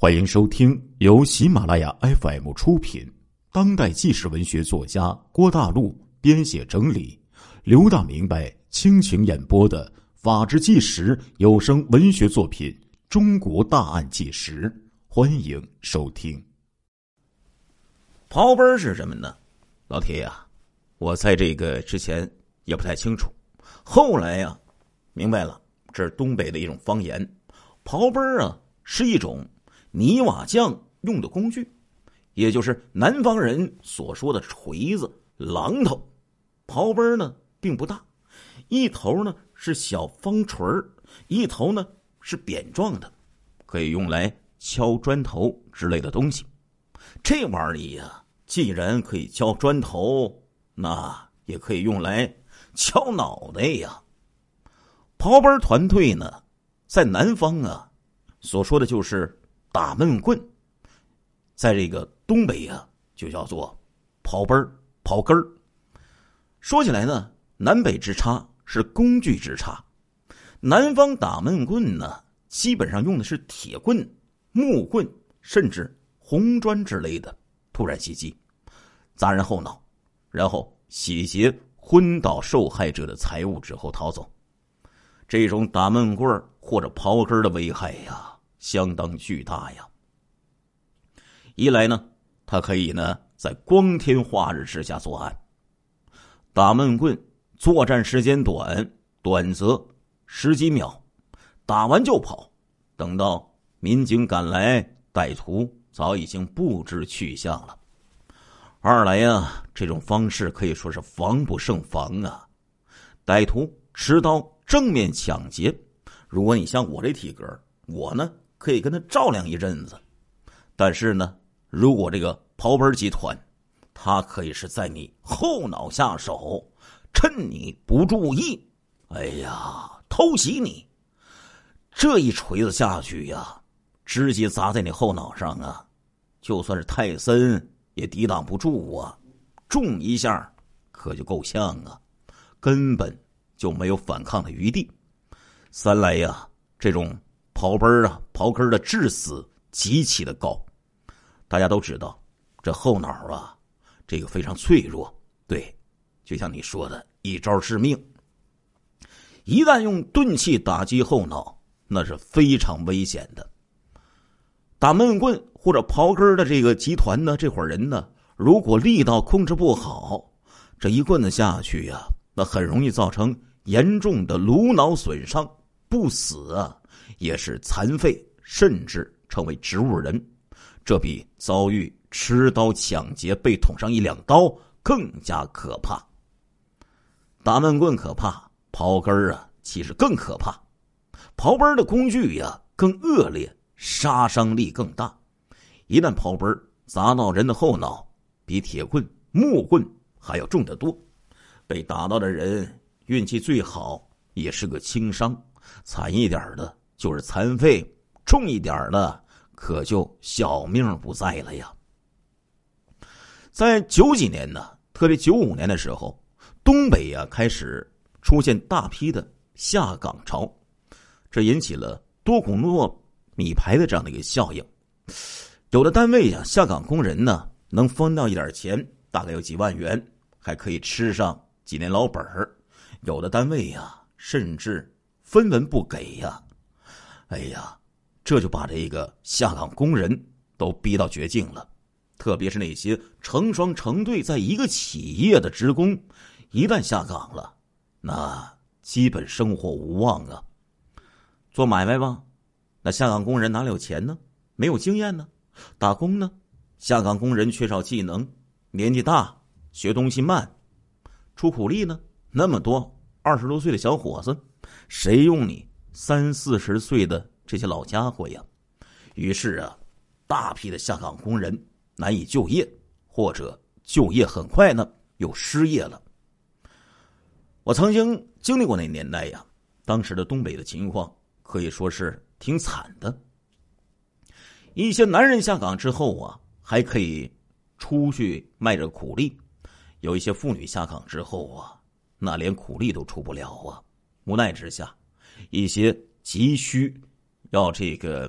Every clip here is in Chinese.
欢迎收听由喜马拉雅 FM 出品，当代纪实文学作家郭大陆编写整理，刘大明白倾情演播的法治纪实有声文学作品《中国大案纪实》，欢迎收听。 刨奔是什么呢？老铁呀，我在这个之前也不太清楚，后来呀明白了，这是东北的一种方言。刨奔啊是一种泥瓦匠用的工具，也就是南方人所说的锤子、榔头。刨奔呢并不大，一头呢是小方锤，一头呢是扁状的，可以用来敲砖头之类的东西。这玩意呀，既然可以敲砖头，那也可以用来敲脑袋呀。刨奔团队呢，在南方啊，所说的就是打闷棍，在这个东北啊，就叫做刨奔、刨根儿。说起来呢，南北之差是工具之差。南方打闷棍呢，基本上用的是铁棍、木棍，甚至红砖之类的，突然袭击，砸人后脑，然后洗劫昏倒受害者的财物之后逃走。这种打闷棍或者刨根的危害呀，相当巨大呀。一来呢，它可以呢在光天化日之下作案。打闷棍作战时间短，短则十几秒，打完就跑，等到民警赶来，歹徒早已经不知去向了。二来呀，这种方式可以说是防不胜防啊。歹徒持刀正面抢劫，如果你像我这体格，我呢可以跟他照亮一阵子。但是呢，如果这个刨奔集团，他可以是在你后脑下手，趁你不注意，哎呀，偷袭你。这一锤子下去呀，直接砸在你后脑上啊，就算是泰森也抵挡不住啊，重一下可就够呛啊，根本就没有反抗的余地。三来呀，这种刨奔啊、刨根的致死极其的高。大家都知道，这后脑啊，这个非常脆弱，对，就像你说的，一招致命。一旦用钝器打击后脑，那是非常危险的。打闷棍或者刨根的这个集团呢，这伙人呢，如果力道控制不好，这一棍子下去呀，那很容易造成严重的颅脑损伤，不死啊也是残废，甚至成为植物人。这比遭遇持刀抢劫被捅上一两刀更加可怕。打闷棍可怕，刨根啊其实更可怕。刨奔的工具呀更恶劣，杀伤力更大。一旦刨奔砸到人的后脑，比铁棍、木棍还要重得多。被打到的人运气最好也是个轻伤，惨一点的就是残废，重一点的可就小命不在了呀。在90几年呢，特别95年的时候，东北啊开始出现大批的下岗潮，这引起了多孔诺米牌的这样的一个效应。有的单位啊，下岗工人呢能分到一点钱，大概有几万元，还可以吃上几年老本儿。有的单位啊，甚至分文不给呀。哎呀，这就把这个下岗工人都逼到绝境了。特别是那些成双成对在一个企业的职工，一旦下岗了，那基本生活无望啊。做买卖吧，那下岗工人哪里有钱呢？没有经验呢。打工呢，下岗工人缺少技能，年纪大，学东西慢。出苦力呢，那么多20多岁的小伙子，谁用你30、40岁的这些老家伙呀？于是啊，大批的下岗工人难以就业，或者就业很快呢又失业了。我曾经经历过那年代呀，当时的东北的情况可以说是挺惨的。一些男人下岗之后啊，还可以出去卖着苦力；有一些妇女下岗之后啊，那连苦力都出不了啊。无奈之下，一些急需要这个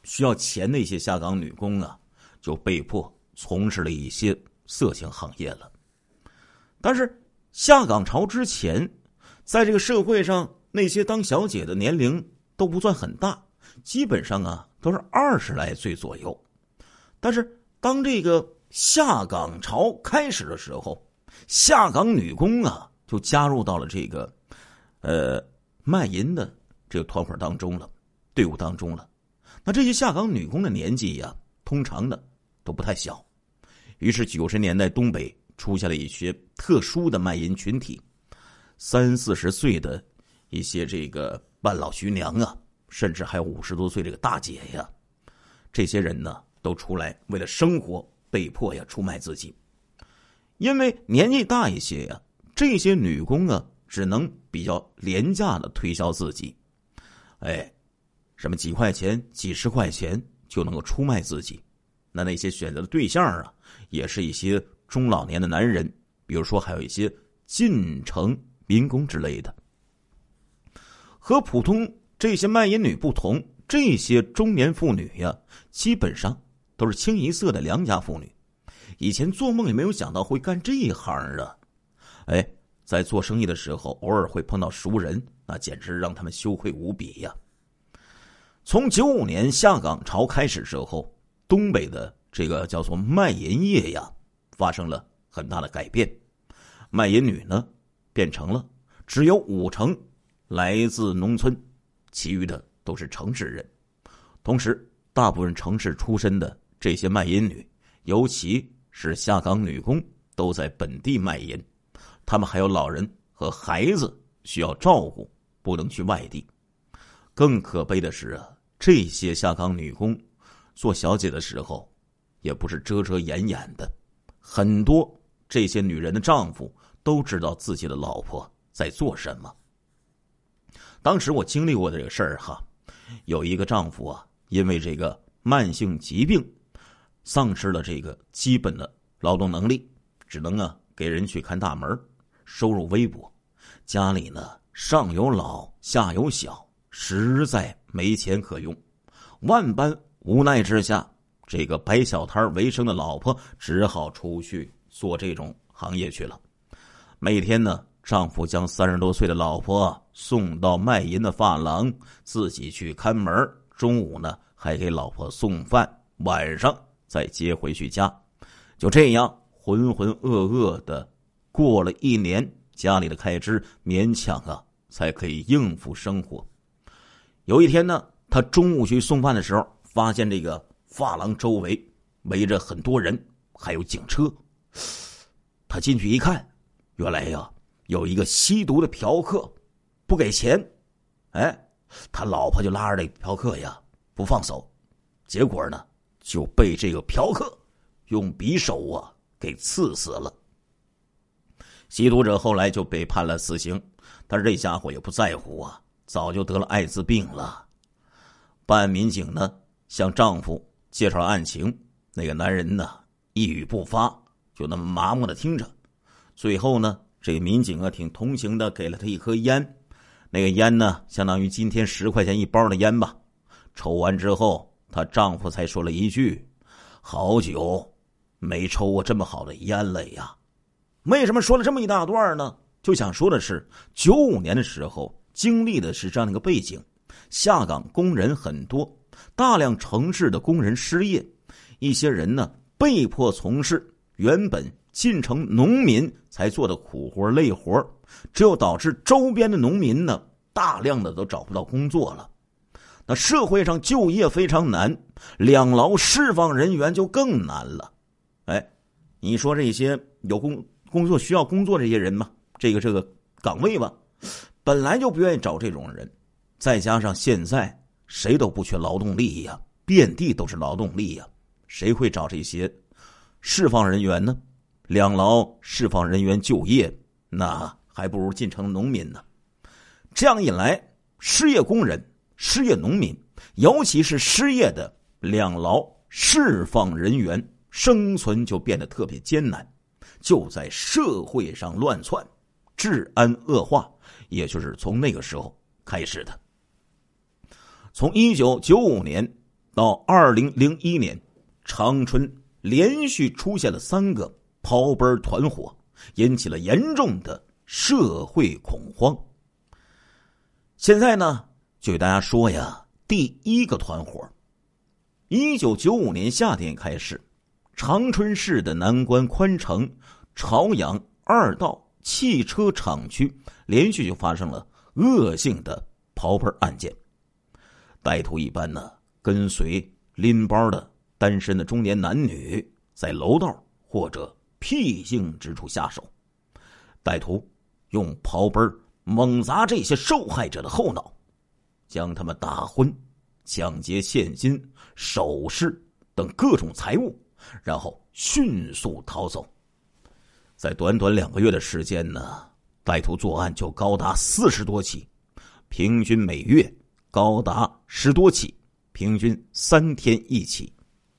需要钱的一些下岗女工啊，就被迫从事了一些色情行业了。但是下岗潮之前，在这个社会上，那些当小姐的年龄都不算很大，基本上啊都是20来岁左右。但是当这个下岗潮开始的时候，下岗女工啊就加入到了这个卖淫的这个团伙当中了，队伍当中了。那这些下岗女工的年纪呀，通常的都不太小。于是90年代东北出现了一些特殊的卖淫群体，30、40岁的一些这个半老徐娘啊，甚至还有50多岁这个大姐呀，这些人呢都出来为了生活被迫呀出卖自己。因为年纪大一些呀，这些女工啊只能比较廉价的推销自己，什么几块钱几十块钱就能够出卖自己。那些选择的对象啊也是一些中老年的男人，比如说还有一些进城民工之类的。和普通这些卖淫女不同，这些中年妇女呀基本上都是清一色的良家妇女，以前做梦也没有想到会干这一行啊。在做生意的时候偶尔会碰到熟人，那简直让他们羞愧无比呀。从95年下岗潮开始之后，东北的这个叫做卖淫业呀发生了很大的改变。卖淫女呢变成了只有50%来自农村，其余的都是城市人。同时大部分城市出身的这些卖淫女，尤其是下岗女工，都在本地卖淫，他们还有老人和孩子需要照顾，不能去外地。更可悲的是啊，这些下岗女工做小姐的时候也不是遮遮掩掩的，很多这些女人的丈夫都知道自己的老婆在做什么。当时我经历过的这个事儿哈，有一个丈夫啊，因为这个慢性疾病丧失了这个基本的劳动能力，只能啊给人去看大门，收入微薄，家里呢上有老下有小，实在没钱可用。万般无奈之下，这个摆小摊为生的老婆只好出去做这种行业去了。每天呢，丈夫将30多岁的老婆送到卖淫的发廊，自己去看门，中午呢还给老婆送饭，晚上再接回去家。就这样浑浑噩噩的过了1年，家里的开支勉强啊才可以应付生活。有一天呢，他中午去送饭的时候，发现这个发廊周围围着很多人，还有警车。他进去一看，原来呀有一个吸毒的嫖客不给钱，他老婆就拉着这嫖客呀不放手，结果呢就被这个嫖客用匕首啊给刺死了。吸毒者后来就被判了死刑，但是这家伙也不在乎啊，早就得了艾滋病了。办案民警呢向丈夫介绍案情，那个男人呢一语不发，就那么麻木的听着。最后呢，这个民警啊挺同情的，给了他一颗烟。那个烟呢相当于今天10块钱一包的烟吧。抽完之后，她丈夫才说了一句：好久没抽过这么好的烟了呀。为什么说了这么一大段呢？就想说的是95年的时候经历的是这样的一个背景，下岗工人很多，大量城市的工人失业，一些人呢被迫从事原本进城农民才做的苦活累活，只有导致周边的农民呢大量的都找不到工作了。那社会上就业非常难，两劳释放人员就更难了。你说这些有工作需要工作这些人嘛，这个岗位吧，本来就不愿意找这种人，再加上现在谁都不缺劳动力呀，遍地都是劳动力呀，谁会找这些释放人员呢？两劳释放人员就业，那还不如进城农民呢。这样一来，失业工人、失业农民，尤其是失业的两劳释放人员，生存就变得特别艰难，就在社会上乱窜，治安恶化，也就是从那个时候开始的。从1995年到2001年，长春连续出现了3个刨奔团伙，引起了严重的社会恐慌。现在呢，就给大家说呀，第1个团伙。1995年夏天开始，长春市的南关宽城、朝阳2道汽车厂区连续就发生了恶性的刨奔案件。歹徒一般呢，跟随拎包的单身的中年男女，在楼道或者僻静之处下手。歹徒用刨奔猛砸这些受害者的后脑，将他们打昏，抢劫现金、首饰等各种财物，然后迅速逃走。在短短2个月的时间呢，歹徒作案就高达40多起，平均每月高达10多起，平均3天1起。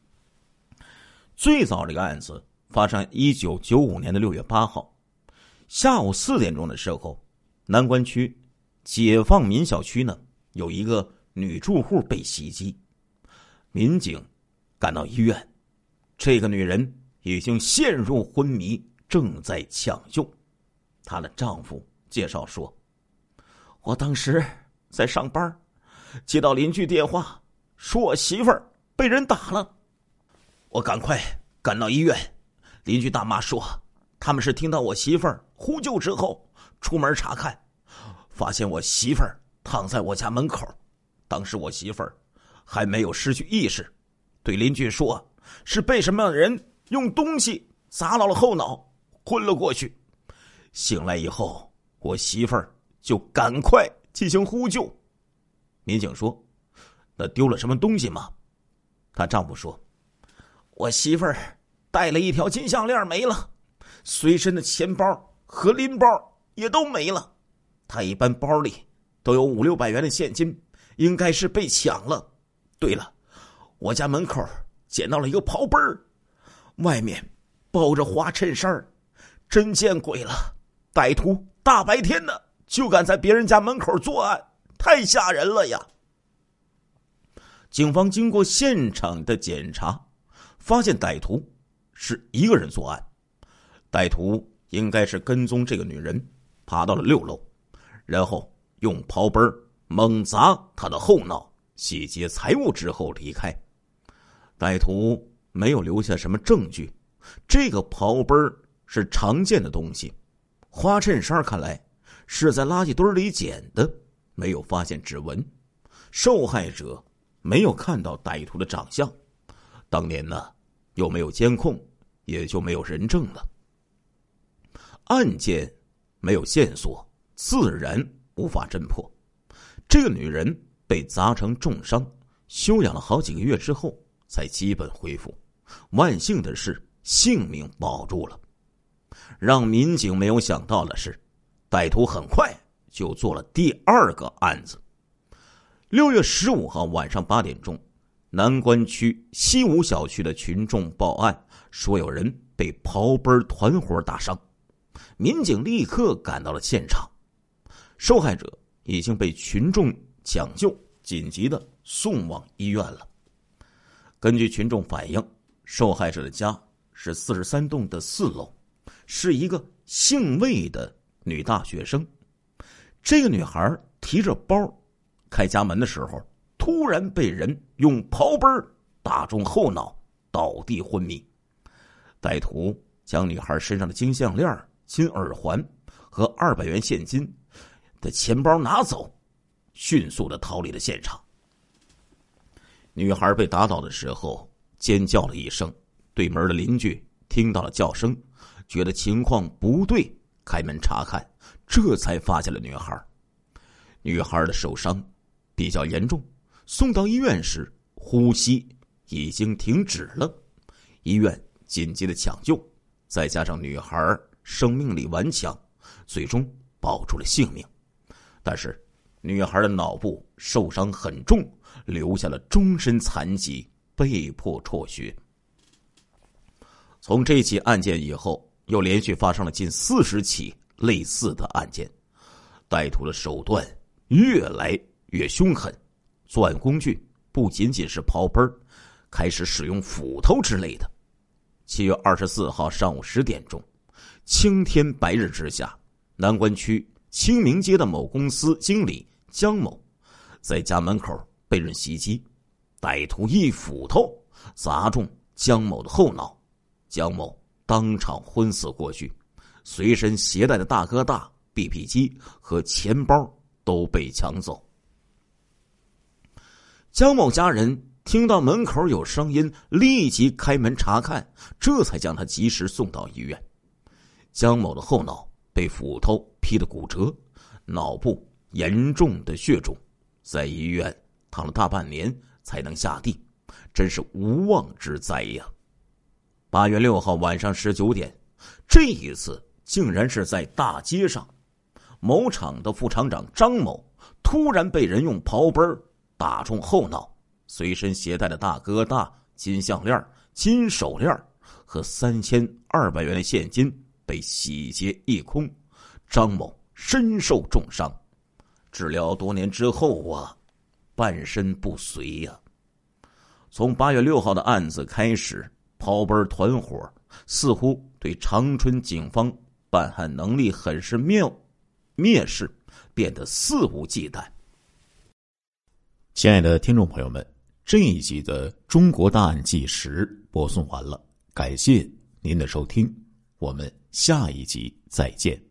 最早这个案子发生1995年的6月8号下午4点钟的时候，南关区解放民小区呢，有一个女住户被袭击，民警赶到医院，这个女人已经陷入昏迷，正在抢救。她的丈夫介绍说，我当时在上班，接到邻居电话，说我媳妇儿被人打了。我赶快赶到医院，邻居大妈说，他们是听到我媳妇儿呼救之后出门查看，发现我媳妇儿躺在我家门口。当时我媳妇儿还没有失去意识，对邻居说是被什么人用东西砸到了后脑，昏了过去。醒来以后，我媳妇儿就赶快进行呼救。民警说，那丢了什么东西吗？她丈夫说，我媳妇儿带了一条金项链没了，随身的钱包和拎包也都没了。她一般包里都有500-600元的现金，应该是被抢了。对了，我家门口捡到了一个刨奔，外面包着花衬衫，真见鬼了！歹徒大白天的就敢在别人家门口作案，太吓人了呀！警方经过现场的检查，发现歹徒是一个人作案。歹徒应该是跟踪这个女人，爬到了6楼，然后用刨奔猛砸她的后脑，洗劫财物之后离开。歹徒没有留下什么证据，这个刨奔是常见的东西，花衬衫看来是在垃圾堆里捡的，没有发现指纹。受害者没有看到歹徒的长相，当年呢又没有监控，也就没有人证了。案件没有线索，自然无法侦破。这个女人被砸成重伤，休养了好几个月之后才基本恢复，万幸的是性命保住了。让民警没有想到的是，歹徒很快就做了第2个案子。6月15号晚上8点钟，南关区西五小区的群众报案，说有人被刨奔团伙打伤。民警立刻赶到了现场，受害者已经被群众抢救，紧急的送往医院了。根据群众反映，受害者的家是43栋的4楼，是一个姓魏的女大学生。这个女孩提着包开家门的时候，突然被人用刨奔打中后脑，倒地昏迷。歹徒将女孩身上的金项链、金耳环和200元现金的钱包拿走，迅速的逃离了现场。女孩被打倒的时候尖叫了一声，对门的邻居听到了叫声，觉得情况不对，开门查看，这才发现了女孩。女孩的受伤比较严重，送到医院时呼吸已经停止了，医院紧急的抢救，再加上女孩生命力顽强，最终保住了性命。但是女孩的脑部受伤很重，留下了终身残疾，被迫辍学。从这起案件以后，又连续发生了近40起类似的案件，歹徒的手段越来越凶狠，作案工具不仅仅是刨奔，开始使用斧头之类的。7月24号上午10点钟，青天白日之下，南关区清明街的某公司经理江某在家门口被人袭击，歹徒一斧头砸中江某的后脑，江某当场昏死过去，随身携带的大哥大、BP 机和钱包都被抢走。江某家人听到门口有声音，立即开门查看，这才将他及时送到医院。江某的后脑被斧头劈得骨折，脑部严重的血肿，在医院躺了大半年才能下地，真是无妄之灾呀。8月6号晚上19点，这一次竟然是在大街上，某厂的副厂长张某突然被人用刨奔打中后脑，随身携带的大哥大、金项链、金手链和3200元的现金被洗劫一空，张某身受重伤，治疗多年之后啊，半身不遂呀。从8月6号的案子开始，刨奔团伙似乎对长春警方办案能力很是蔑视，变得肆无忌惮。 亲爱的听众朋友们，这一集的中国大案纪实播送完了，感谢您的收听，我们下一集再见。